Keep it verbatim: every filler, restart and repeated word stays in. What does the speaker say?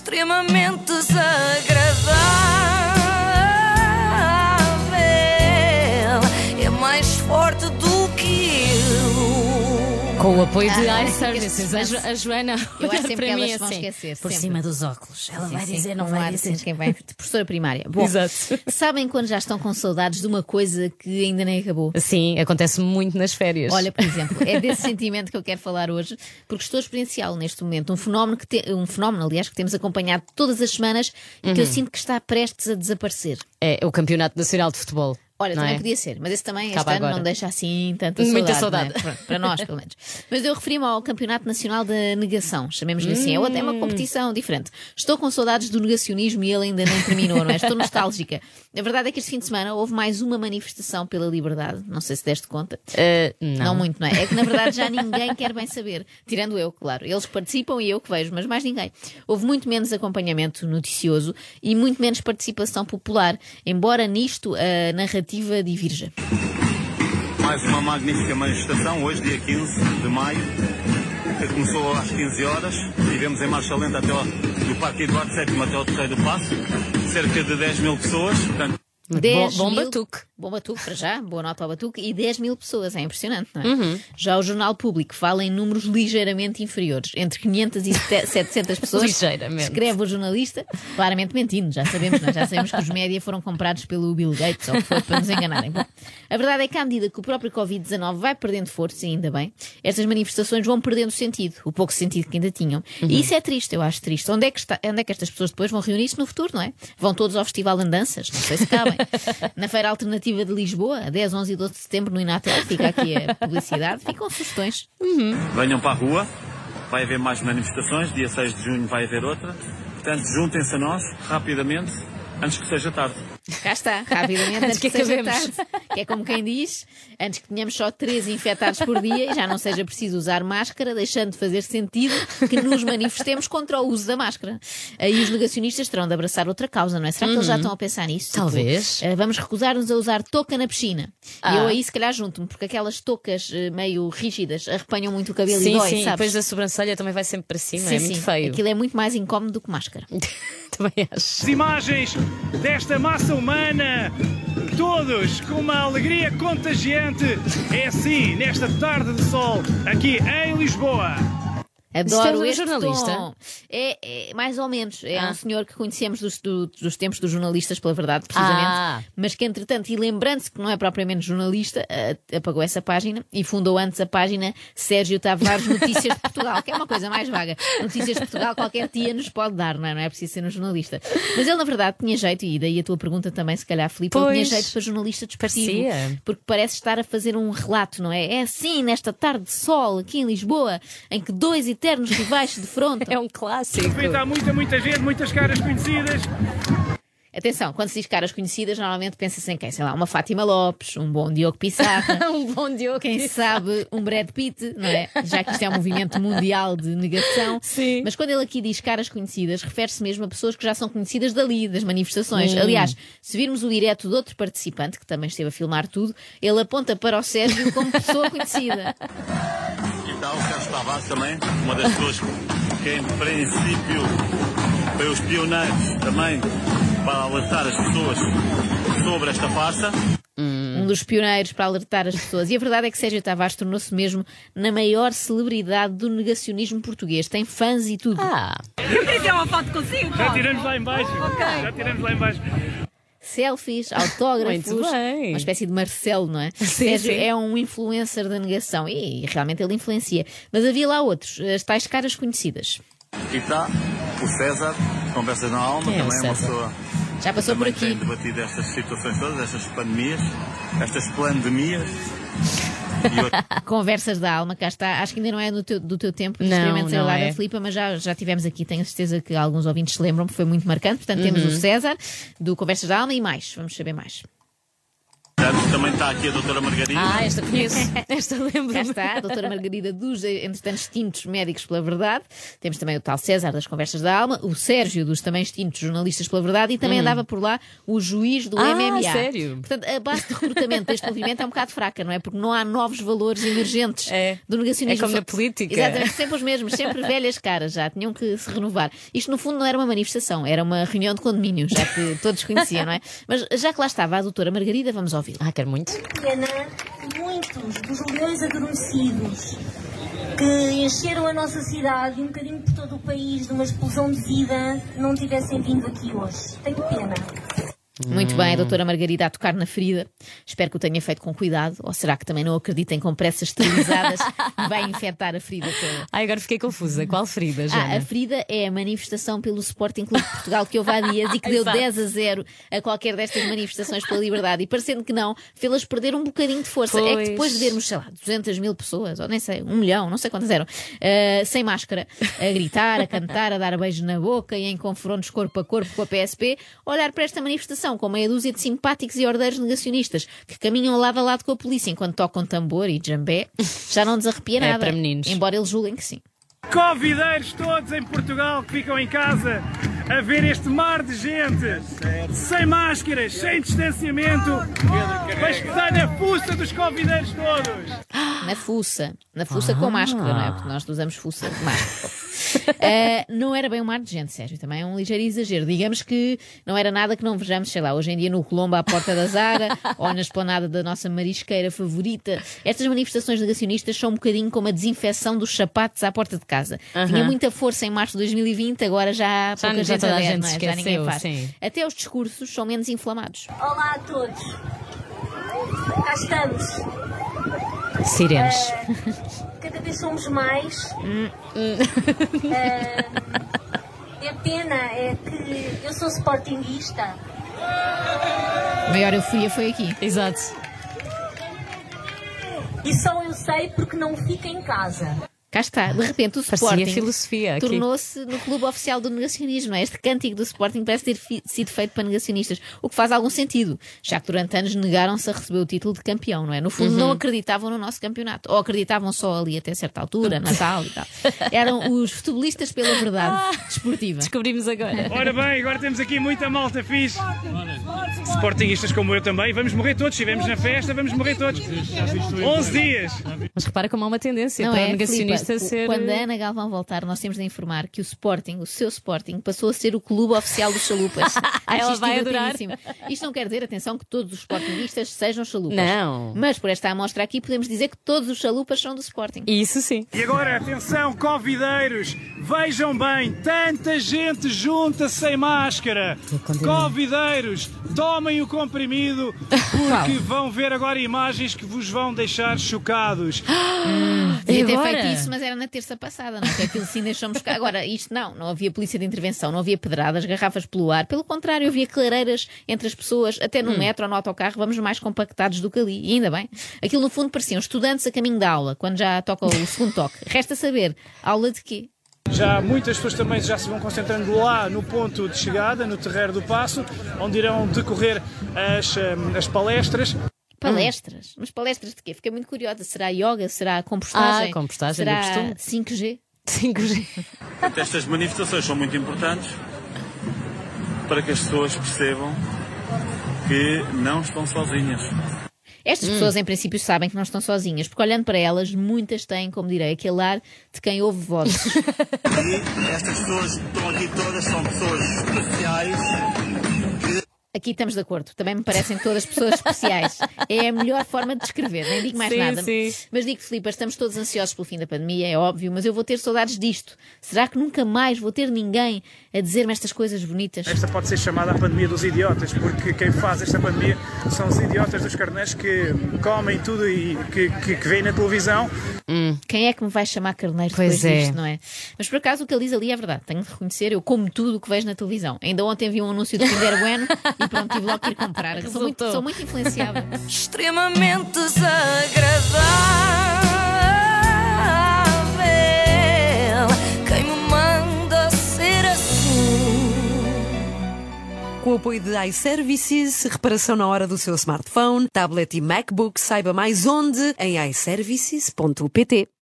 extremamente desagradável. É mais forte do que eu. Com o apoio de Ah, iServices, a, Jo- a Joana Eu acho olha sempre para que elas mim se vão assim, esquecer, por sempre. cima dos óculos. Ela Sim, vai sim, dizer, não com vai ar dizer. de quem vai de professora primária. Bom, Exato. sabem quando já estão com saudades de uma coisa que ainda nem acabou? Sim, acontece muito nas férias. Olha, por exemplo, é desse sentimento que eu quero falar hoje, porque estou a experienciá-lo neste momento. Um fenómeno, que te- um fenómeno, aliás, que temos acompanhado todas as semanas e que eu sinto que está prestes a desaparecer. É o Campeonato Nacional de Futebol. Olha, não também é? podia ser, mas esse também este Acaba ano agora. não deixa assim tanta Muita saudade. saudade. não é? Pronto, para nós, pelo menos. Mas eu referi-me ao Campeonato Nacional da Negação, chamemos-lhe assim. É outra- é uma competição diferente. Estou com saudades do negacionismo e ele ainda não terminou, não é? Estou nostálgica. A verdade é que este fim de semana houve mais uma manifestação pela liberdade. Não sei se deste conta. Uh, não. Não muito, não é? É que na verdade já ninguém quer bem saber. Tirando eu, claro. Eles participam e eu que vejo, mas mais ninguém. Houve muito menos acompanhamento noticioso e muito menos participação popular, embora nisto a narrativa divirja. Mais uma magnífica manifestação, hoje, dia quinze de maio, que começou às quinze horas. Tivemos em marcha lenta até ao, do Parque Eduardo sétimo até ao Terreiro do Paço, cerca de dez mil pessoas. Portanto, dez bom mil... batuque. Bom batuque, para já, boa nota ao batuque, e dez mil pessoas, é impressionante, não é? Uhum. Já o Jornal Público fala em números ligeiramente inferiores, entre quinhentas e setecentas pessoas. Ligeiramente. Escreve o jornalista, claramente mentindo, já sabemos, não é? Já sabemos que os média foram comprados pelo Bill Gates, ou que foi para nos enganarem. Bom, a verdade é que à medida que o próprio covid dezanove vai perdendo força, e ainda bem, estas manifestações vão perdendo sentido, o pouco sentido que ainda tinham. Uhum. E isso é triste, eu acho triste. Onde é, que está, onde é que estas pessoas depois vão reunir-se no futuro, não é? Vão todos ao Festival de Andanças, não sei se cabem. Na Feira Alternativa de Lisboa, dez, onze e doze de setembro no Inatel, fica aqui a publicidade, ficam sugestões. venham para a rua, vai haver mais manifestações, dia seis de junho vai haver outra. Portanto, juntem-se a nós, rapidamente, antes que seja tarde. Cá está, rapidamente, antes que que seja acabemos. tarde. Que é como quem diz, antes que tenhamos só três infectados por dia e já não seja preciso usar máscara, deixando de fazer sentido que nos manifestemos contra o uso da máscara. Aí os negacionistas terão de abraçar outra causa, não é? Será que eles já estão a pensar nisso? Tipo, Talvez. eh, vamos recusar-nos a usar touca na piscina. Ah. E eu aí se calhar junto-me, porque aquelas toucas eh, meio rígidas arrepanham muito o cabelo e Sim, dói, sim, sabes? depois a sobrancelha também vai sempre para cima, Sim, é muito sim. feio. Aquilo é muito mais incómodo do que máscara. Também acho. As imagens desta massa humana, todos com uma alegria contagiante, é assim, nesta tarde de sol, aqui em Lisboa. Adoro Isto é um este jornalista? tom. É, é mais ou menos. É Ah. um senhor que conhecemos dos, do- dos tempos dos jornalistas, pela verdade, precisamente. Ah. Mas que, entretanto, e lembrando-se que não é propriamente jornalista, ah, apagou essa página e fundou antes a página Sérgio Tavares Notícias de Portugal, que é uma coisa mais vaga. Notícias de Portugal qualquer tia nos pode dar, não é? Não é preciso ser um jornalista. Mas ele, na verdade, tinha jeito, e daí a tua pergunta também, se calhar, Filipe, ele tinha Pois. jeito para jornalista desportivo. Parecia. Porque parece estar a fazer um relato, não é? É assim, nesta tarde de sol, aqui em Lisboa, em que dois eternos rivais se defrontam. É um clássico. Há muita, muita gente, muitas caras conhecidas. Atenção, quando se diz caras conhecidas, normalmente pensa-se em quem? Sei lá, uma Fátima Lopes, um bom Diogo Pissarra, um bom Diogo. quem sabe um Brad Pitt, não é? Já que isto é um movimento mundial de negação. Sim. Mas quando ele aqui diz caras conhecidas, refere-se mesmo a pessoas que já são conhecidas dali, das manifestações. Aliás, se virmos o direto de outro participante, que também esteve a filmar tudo, ele aponta para o Sérgio como pessoa conhecida. E está o Sérgio Tavares também, uma das pessoas que em princípio foi os pioneiros também para alertar as pessoas sobre esta farsa. Um dos pioneiros para alertar as pessoas. E a verdade é que Sérgio Tavares tornou-se mesmo na maior celebridade do negacionismo português. Tem fãs e tudo. Ah, Eu queria tirar uma foto consigo, Já Paulo. tiramos lá em baixo. Já tiramos lá em baixo. Selfies, autógrafos, Muito bem. uma espécie de Marcelo, não é? Sérgio sim. é um influencer da negação e realmente ele influencia. Mas havia lá outros, as tais caras conhecidas. E está o César, Conversas na Alma, Quem é o também é uma César? pessoa Já passou por também tem aqui. debatido estas situações todas, estas pandemias, estas pandemias. E outras. Conversas da alma, cá está. Acho que ainda não é do teu, do teu tempo, Não, extremamente não desagradável, é. Filipe, mas já, já tivemos aqui. Tenho certeza que alguns ouvintes se lembram, porque foi muito marcante. Portanto, Uhum. temos o César, do Conversas da Alma e mais. Vamos saber mais. Portanto, Também está aqui a doutora Margarida. Ah, esta conheço. Esta Cá lembro-me. está, a doutora Margarida dos, entretanto, extintos Médicos pela Verdade. Temos também o tal César das Conversas da Alma, o Sérgio dos também extintos Jornalistas pela Verdade e também andava por lá o juiz do Ah, M M A. sério? Portanto, a base de recrutamento deste movimento é um bocado fraca, não é? Porque não há novos valores emergentes É. do negacionismo. É como Só- na política. Exatamente, sempre os mesmos, sempre velhas caras já, tinham que se renovar. Isto, no fundo, não era uma manifestação, era uma reunião de condomínio, já que todos conheciam, não é? Mas já que lá estava a doutora Margarida, vamos ouvi-la. Ah, quero muito. Pena que muitos dos milhões adormecidos que encheram a nossa cidade e um bocadinho por todo o país de uma explosão de vida não tivessem vindo aqui hoje. Tenho pena. Muito bem, a doutora Margarida a tocar na ferida. Espero que o tenha feito com cuidado. Ou será que também não acreditem com pressas esterilizadas e vai infectar a ferida toda? Ai, agora fiquei confusa. Qual ferida, Jana? Ah, a ferida é a manifestação pelo Sporting Clube de Portugal que houve há dias e que deu Exato. dez a zero a qualquer destas manifestações pela liberdade. E parecendo que não, fê-las perder um bocadinho de força. É que Pois. depois de vermos, sei lá, duzentas mil pessoas, ou nem sei, um milhão, não sei quantas eram, ah, sem máscara, a gritar, a cantar, a dar beijos na boca e em confrontos corpo a corpo com a P S P, olhar para esta manifestação com meia dúzia de simpáticos e ordeiros negacionistas que caminham lado a lado com a polícia enquanto tocam tambor e djambé, já não desarrepia É nada. para meninos. Embora eles julguem que sim. Covideiros todos em Portugal que ficam em casa a ver este mar de gente, sem máscaras, sem distanciamento, vai espetar na fuça dos covideiros todos. Na fuça. Na fuça com máscara, não é? Porque nós usamos fuça de máscara. Uh, não era bem um mar de gente, Sérgio. Também é um ligeiro exagero. Digamos que não era nada que não vejamos, sei lá, hoje em dia no Colombo à porta da Zara ou na esplanada da nossa marisqueira favorita. Estas manifestações negacionistas são um bocadinho como a desinfecção dos sapatos à porta de casa. Aham. Tinha muita força em março de dois mil e vinte, agora já há Já- pouca já gente toda a adere, gente não é? se Já ninguém esqueceu, faz. sim. Até os discursos são menos inflamados. Olá a todos. Cá estamos. Sirenes. Cada vez somos mais. Ah, a pena é que eu sou sportinguista A maior euforia foi aqui. Exato. e só eu sei porque não fico em casa. Cá está, de repente o Parecia Sporting filosofia aqui. tornou-se no clube oficial do negacionismo. Não é? Este cântico do Sporting parece ter fi- sido feito para negacionistas, o que faz algum sentido, já que durante anos negaram-se a receber o título de campeão, não é? No fundo não acreditavam no nosso campeonato, ou acreditavam só ali até certa altura, Natal e tal. Eram os futebolistas pela verdade desportiva. Descobrimos agora. Ora bem, agora temos aqui muita malta fixe. Sportinguistas como eu também. Vamos morrer todos. Se estivermos na festa, vamos morrer todos. onze dias. Mas repara como há uma tendência Não para é, o negacionista Filipe? ser. Quando a Ana Galvão voltar, nós temos de informar que o Sporting, o seu Sporting, passou a ser o clube oficial dos chalupas. Acho Ela isto vai adorar. divertidíssimo. Isto não quer dizer, atenção, que todos os sportinguistas sejam chalupas. Não. Mas por esta amostra aqui podemos dizer que todos os chalupas são do Sporting. Isso sim. E agora, atenção, covideiros, vejam bem, tanta gente junta sem máscara. Covideiros, tomem o comprimido, porque vão ver agora imagens que vos vão deixar chocados. Devia ter agora? feito isso, mas era na terça passada, não é? Que aquilo sim deixou-me buscar. Agora, isto não, não havia polícia de intervenção, não havia pedradas, garrafas pelo ar. Pelo contrário, havia clareiras entre as pessoas, até no metro ou no autocarro, vamos mais compactados do que ali. E ainda bem. Aquilo no fundo pareciam estudantes a caminho da aula, quando já toca o segundo toque. Resta saber, aula de quê? Já muitas pessoas também já se vão concentrando lá no ponto de chegada, no Terreiro do Paço, onde irão decorrer as, hum, as palestras. Palestras. Mas palestras de quê? Fiquei muito curiosa. Será yoga? Será compostagem? Ah, compostagem, Será do costume. cinco G? cinco G. Portanto, estas manifestações são muito importantes para que as pessoas percebam que não estão sozinhas. Estas pessoas, em princípio, sabem que não estão sozinhas, porque olhando para elas, muitas têm, como direi, aquele ar de quem ouve vozes. E estas pessoas que estão aqui todas são pessoas especiais. Aqui estamos de acordo. Também me parecem todas pessoas especiais. É a melhor forma de descrever, nem digo mais Sim, nada. sim. Mas digo, Filipe, estamos todos ansiosos pelo fim da pandemia, é óbvio, mas eu vou ter saudades disto. Será que nunca mais vou ter ninguém a dizer-me estas coisas bonitas? Esta pode ser chamada a pandemia dos idiotas, porque quem faz esta pandemia são os idiotas dos carneiros que comem tudo e que, que, que veem na televisão. Quem é que me vai chamar carneiro Pois depois é. disto, não é? Mas por acaso o que ele diz ali é verdade. Tenho de reconhecer, eu como tudo o que vejo na televisão. Ainda ontem vi um anúncio de Kinder Bueno e pronto, tive logo que ir comprar. Sou muito, Resultou. sou muito influenciável. Extremamente desagradável. Quem me manda ser assim? com o apoio de iServices, reparação na hora do seu smartphone, tablet e MacBook. Saiba mais onde em i services ponto pt.